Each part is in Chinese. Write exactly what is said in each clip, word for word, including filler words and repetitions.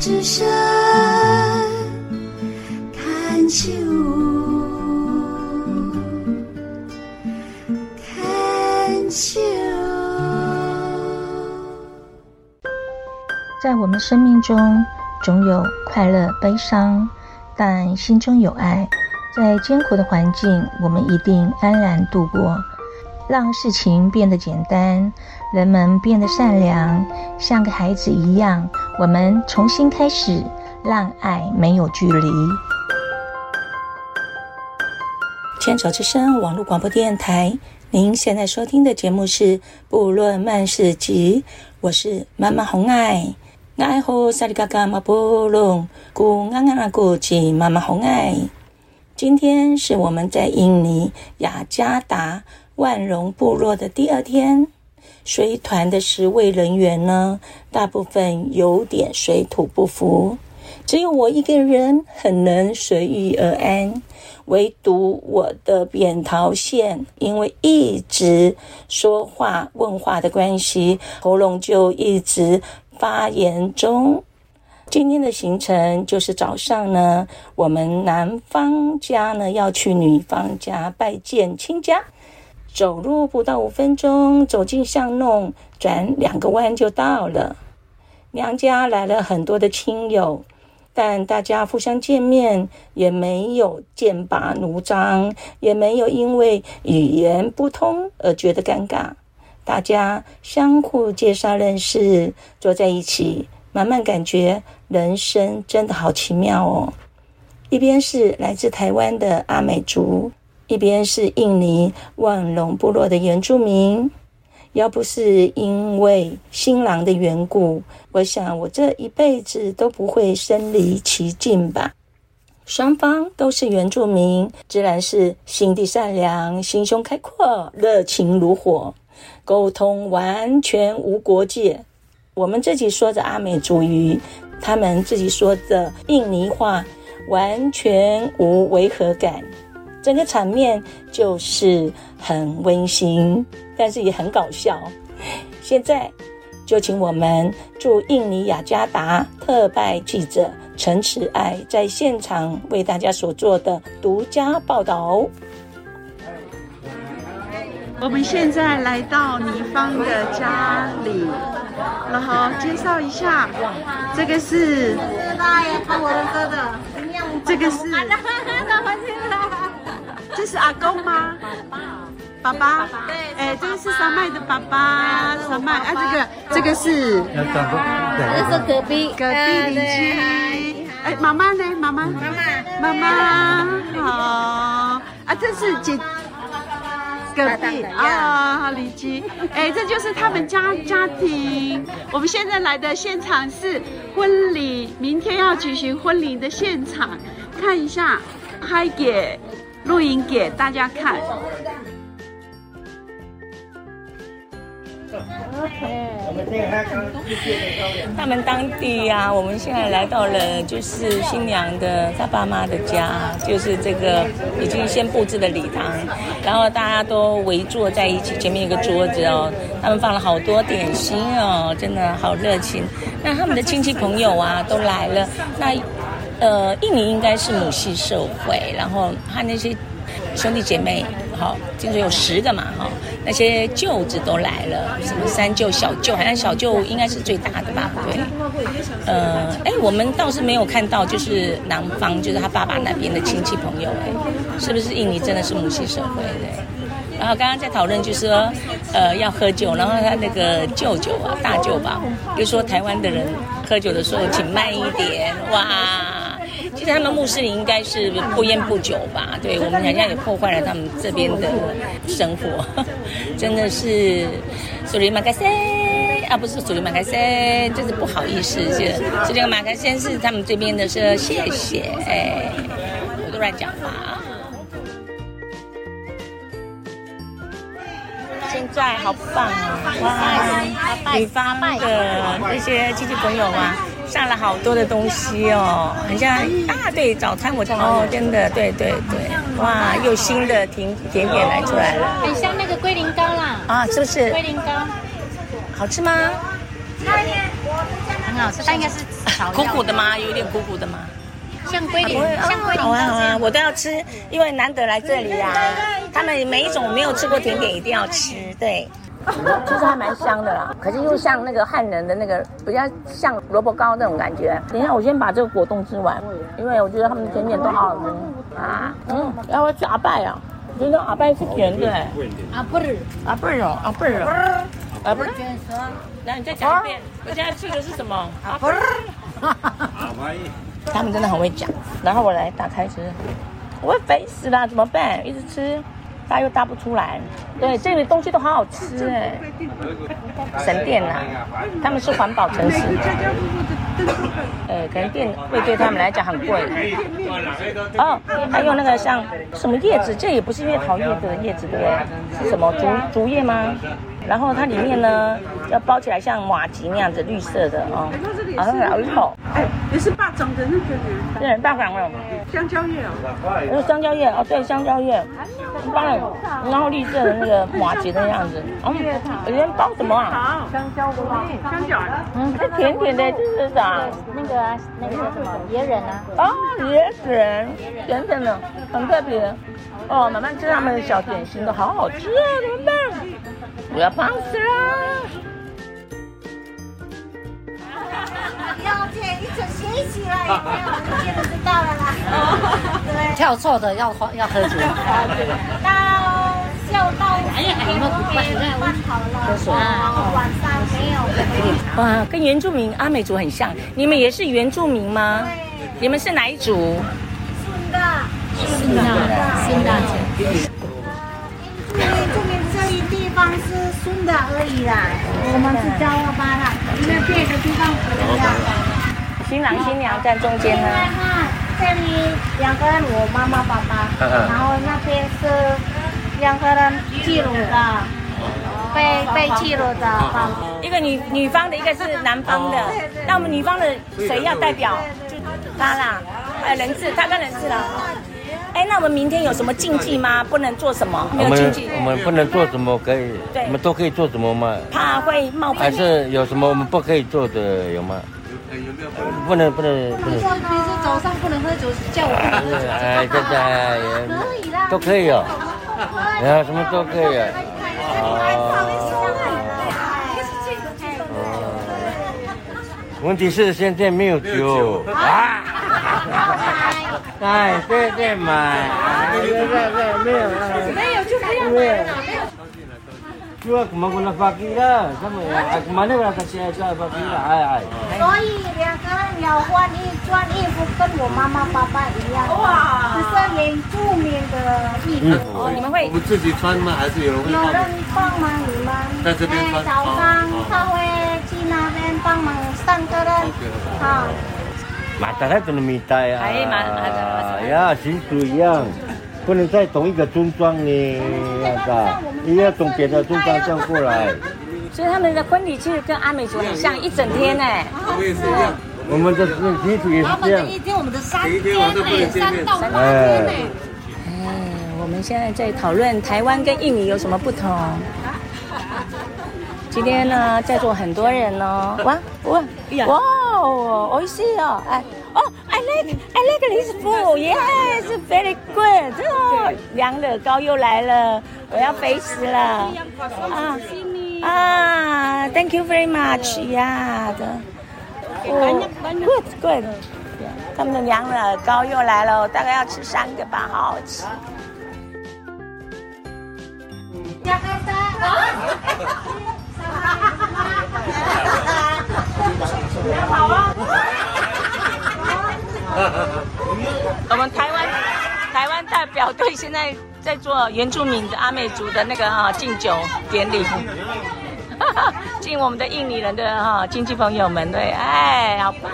之声看秋看秋。 在我们生命中总有快乐悲伤，但心中有爱，在艰苦的环境我们一定安然度过。让事情变得简单，人们变得善良，像个孩子一样，我们重新开始，让爱没有距离。牵手之声网络广播电台，您现在收听的节目是《部落漫市集》，我是妈妈红爱。爱好萨利嘎嘎马波隆，古安安阿古吉妈妈红爱。今天是我们在印尼雅加达万荣部落的第二天，随团的十位人员呢，大部分有点水土不服，只有我一个人很能随遇而安。唯独我的扁桃腺因为一直说话问话的关系，喉咙就一直发炎中。今天的行程就是早上呢，我们男方家呢要去女方家拜见亲家，走路不到五分钟，走进巷弄，转两个弯就到了。娘家来了很多的亲友，但大家互相见面也没有剑拔弩张，也没有因为语言不通而觉得尴尬。大家相互介绍认识，坐在一起，慢慢感觉人生真的好奇妙哦。一边是来自台湾的阿美族，一边是印尼万隆部落的原住民。要不是因为新郎的缘故，我想我这一辈子都不会身临其境吧。双方都是原住民，自然是心地善良，心胸开阔，热情如火，沟通完全无国界。我们自己说着阿美族语，他们自己说着印尼话，完全无违和感。整个场面就是很温馨，但是也很搞笑。现在就请我们驻印尼雅加达特派记者陈慈爱在现场为大家所做的独家报道。 我们现在来到女方的家里，然后介绍一下，这个是我的哥的，这个是这是阿公吗？爸爸，哎，这个是山脉的爸爸，山脉啊，这个这个是， 这是隔壁隔壁邻居。哎，妈妈呢？妈妈，妈妈，妈妈，好啊，这是姐。隔壁啊，邻居，哎，这就是他们家家庭。我们现在来的现场是婚礼，明天要举行婚礼的现场，看一下，拍给录影给大家看。 他们当地啊，我们现在来到了就是新娘的她爸妈的家，就是这个已经先布置的礼堂，然后大家都围坐在一起，前面有个桌子哦，他们放了好多点心哦，真的好热情。那他们的亲戚朋友啊都来了，那呃印尼应该是母系社会，然后他那些兄弟姐妹好，听说有十个嘛哈，那些舅子都来了，什么三舅、小舅，好像小舅应该是最大的吧？对，呃，哎，我们倒是没有看到，就是男方，就是他爸爸那边的亲戚朋友，哎，是不是印尼真的是母系社会的？然后刚刚在讨论就是说，呃，要喝酒，然后他那个舅舅啊，大舅吧，就说台湾的人喝酒的时候请慢一点，哇。其实他们穆斯林应该是不烟不酒吧，对，我们好像也破坏了他们这边的生活，真的是苏里马盖塞啊，不是苏里马盖塞，就是不好意思，是这个马盖塞是他们这边的是谢谢，哎，我都乱讲话。现在好棒啊！哇，女方的那些亲戚朋友啊，上了好多的东西哦，很像啊，对，早餐我哦，真的，对对对，哇，又新的甜甜点来出来了， 很像那个龟苓膏啦， 啊，是不是？ 龟苓膏， 好吃吗？ 很好吃，但应该是苦苦的吗？有点苦苦的吗？ 像龟苓， 啊像龟苓好啊好啊， 膏这样。 我都要吃，因为难得来这里呀、啊。他们每一种没有吃过甜点一定要吃，对。其实还蛮香的啦，可是又像那个汉人的那个比较像萝卜糕那种感觉。等一下，我先把这个果冻吃完，因为我觉得他们的甜点都好好吃啊。嗯，然后我吃阿拜啊，我觉得阿拜是甜的。 啊不是， 啊不是哦，啊不是哦，啊不是。那你再讲一遍，我现在吃的是什么？啊不是。他们真的很会讲。然后我来打开吃，我会肥死啦，怎么办？一直吃。搭又搭不出来，对，这里东西都好好吃哎，神店呐、啊，他们是环保城市，呃，可能店会对他们来讲很贵。哦，还有那个像什么叶子，这也不是月桃叶的叶子，对不对？是什么竹竹叶吗？然后它里面呢要包起来像马吉那样子绿色的哦，好像老一口。 哎，也是霸掌的那个呢， 对，大港了。 香蕉叶哦， 有香蕉叶哦，对，香蕉叶，很棒。然后绿色的那个马吉的样子，嗯，里面包什么啊？ 香蕉的吗？香蕉， 嗯，是甜甜的，这是啥？ 那个啊那个叫什么椰仁啊？ 哦，椰仁，甜甜的，很特别。哦，慢慢吃他们的小点心都好好吃啊，怎么办？我要胖死了。 要这一直学习了，有没有？你现在知道了啦。对。 跳错的要要喝酒。 到下午到五点半好了，啊，晚上没有。 哇，跟原住民阿美族很像。你们也是原住民吗？你们是哪一族？ 顺的。 新的新的。 原住民这里地方是顺的而已啦，我们是焦二八啦，因为别的地方不一样。 新郎新娘在中间呢。 这里两个人，我妈妈爸爸，然后那边是两个人记录的，被被记录的。 一个女女方的，一个是男方的。那我们女方的谁要代表？就他啦，呃，人质，他跟人质啦。哎，那我们明天有什么禁忌吗？不能做什么？没有禁忌。 我们不能做什么可以？ 对， 我们都可以做什么吗？ 怕会冒犯。 还是有什么我们不可以做的有吗？不能不能不能。 比如说早上不能喝酒，叫我不能喝酒。 哎，对对， 可以啦， 都可以哦。然后什么都可以啊。问题是现在没有酒啊。哎，对对买，对对对，没有， 没有就不要买了。 Cuma kemana pagi lah, sama ya. Kemana lah kasih aja pagi lah, ai ai. 所以两个人要换衣穿衣服，跟我妈妈爸爸一样。哇！这是原住民的衣服。 哦，你们会？ 我们自己穿吗？还是有人会有人帮忙你们？ 在这边穿。 早上他会去那边帮忙三个人。好。 马达可能米带啊。 哎，马马达。 呀，习俗一样。不能在同一个村庄呢，那个，你要从别的村庄这样过来。 所以他们的婚礼其实跟阿美族很像，一整天哎。 我们也是一样， 我们的习俗也是这样。 一天我们的三一天晚上不能见面。 三到八天呢。 哎，我们现在在讨论台湾跟印尼有什么不同。今天呢，在座很多人哦，哇哇哇哦，美味しいよ，哎。Oh, I like, I like this food. Yes, very good. 哦，两乐高又来了，我要肥死了。啊啊 ，Thank you very much. Yeah, 的。哦 ，Good, good. 他们的两乐高又来了，大概要吃三个吧，好好吃。好啊。我们台湾台湾代表队现在在做原住民的阿美族的那个哈敬酒典礼，敬我们的印尼人的哈亲戚朋友们，对，哎，好棒！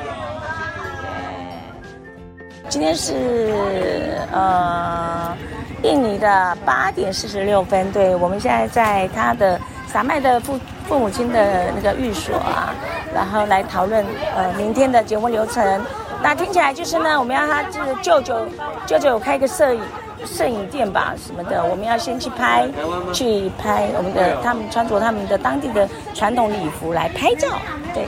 今天是呃印尼的八点四十六分，对，我们现在在他的撒麦的父父母亲的那个寓所啊，然后来讨论呃明天的结婚流程。那听起来就是呢，我们要他就是舅舅，舅舅有开一个摄影摄影店吧什么的，我们要先去拍，去拍我们的他们穿着他们的当地的传统礼服来拍照。对，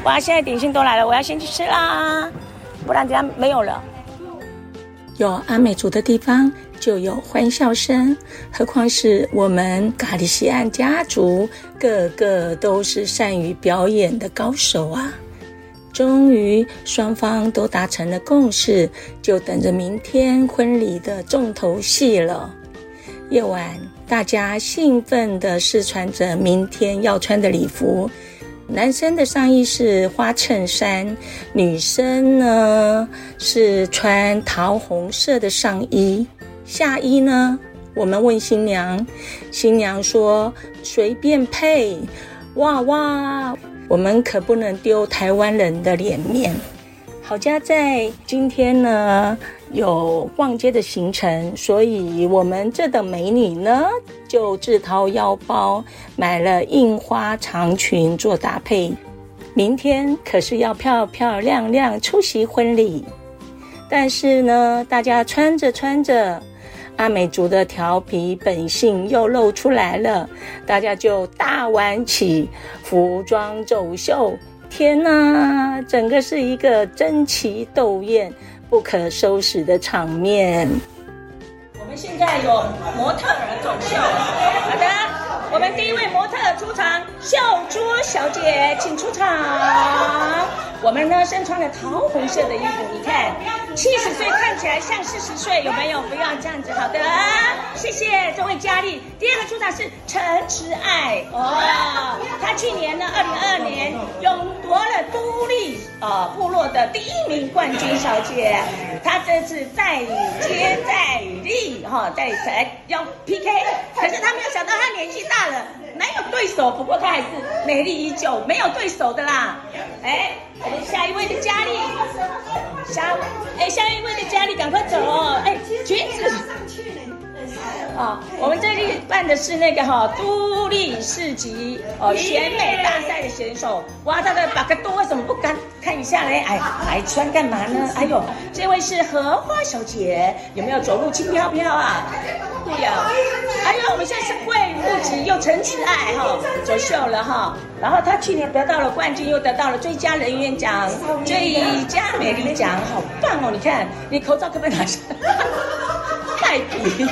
哇，现在点心都来了，我要先去吃啦，不然等下没有了。有阿美族的地方就有欢笑声，何况是我们咖喱西岸家族，个个都是善于表演的高手啊。终于双方都达成了共识，就等着明天婚礼的重头戏了。夜晚大家兴奋地试穿着明天要穿的礼服，男生的上衣是花衬衫，女生呢是穿桃红色的上衣。下衣呢，我们问新娘，新娘说随便配。哇哇，我们可不能丢台湾人的脸面。好家在今天呢有逛街的行程，所以我们这等美女呢就自掏腰包买了印花长裙做搭配。明天可是要漂漂亮亮出席婚礼。但是呢，大家穿着穿着，阿美族的调皮本性又露出来了，大家就大玩起服装走秀。天哪，整个是一个争奇斗艳、不可收拾的场面。我们现在有模特儿走秀，好的，我们第一位模特出场，秀珠小姐，请出场。我们呢身穿了桃红色的衣服，你看七十岁看起来像四十岁，有没有？不要这样子。好的，谢谢这位佳丽。第二个出场是陈慈爱哦，她去年呢二零二二年勇夺了都历呃部落的第一名冠军小姐，她这次再接再厉哈，再再要 P K， 可是她没有想到她年纪大了，没有对手，不过她还是美丽依旧，没有对手的啦。哎，我们下一位的佳丽，下哎下一位的佳丽赶快走哦！哎，裙子。啊、哦，我们这里办的是那个哈、哦、都历市集哦选美大赛的选手，哇，他的把个多为什么不敢看一下呢？哎，还穿干嘛呢？哎呦，这位是荷花小姐，有没有走路轻飘飘啊？对呀、啊，哎呦，我们现在是贵妇级又陈慈爱哈、哦、走秀了哈、哦，然后她去年得到了冠军，又得到了最佳人缘奖、最佳美丽奖，好棒哦！你看，你口罩可不可以拿下？太皮。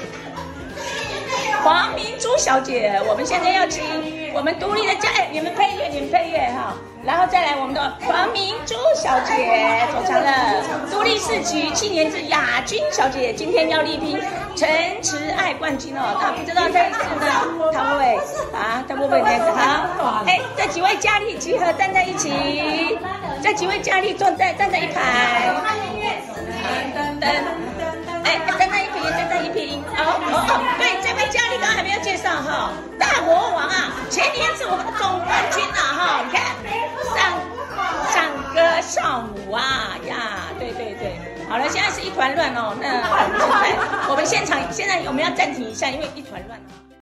黄明珠小姐，我们现在要请我们独立的家，哎，你们配乐，你们配乐哈，然后再来我们的黄明珠小姐走场了，独立市局七年之亚军小姐，今天要力拼陈慈爱冠军哦。那不知道这一次呢，她会不会啊？她会不会那样子？好，哎，这几位佳丽集合站在一起，这几位佳丽站在站在一排，噔噔噔。哎，站在一瓶，站在一瓶，哦哦哦，对，这位佳丽刚刚还没有介绍哈，大魔王啊，前年是我们的总冠军啊哈，你看，唱唱歌跳舞啊呀，对对对，好了，现在是一团乱哦，那我们现在我们现场现在我们要暂停一下，因为一团乱。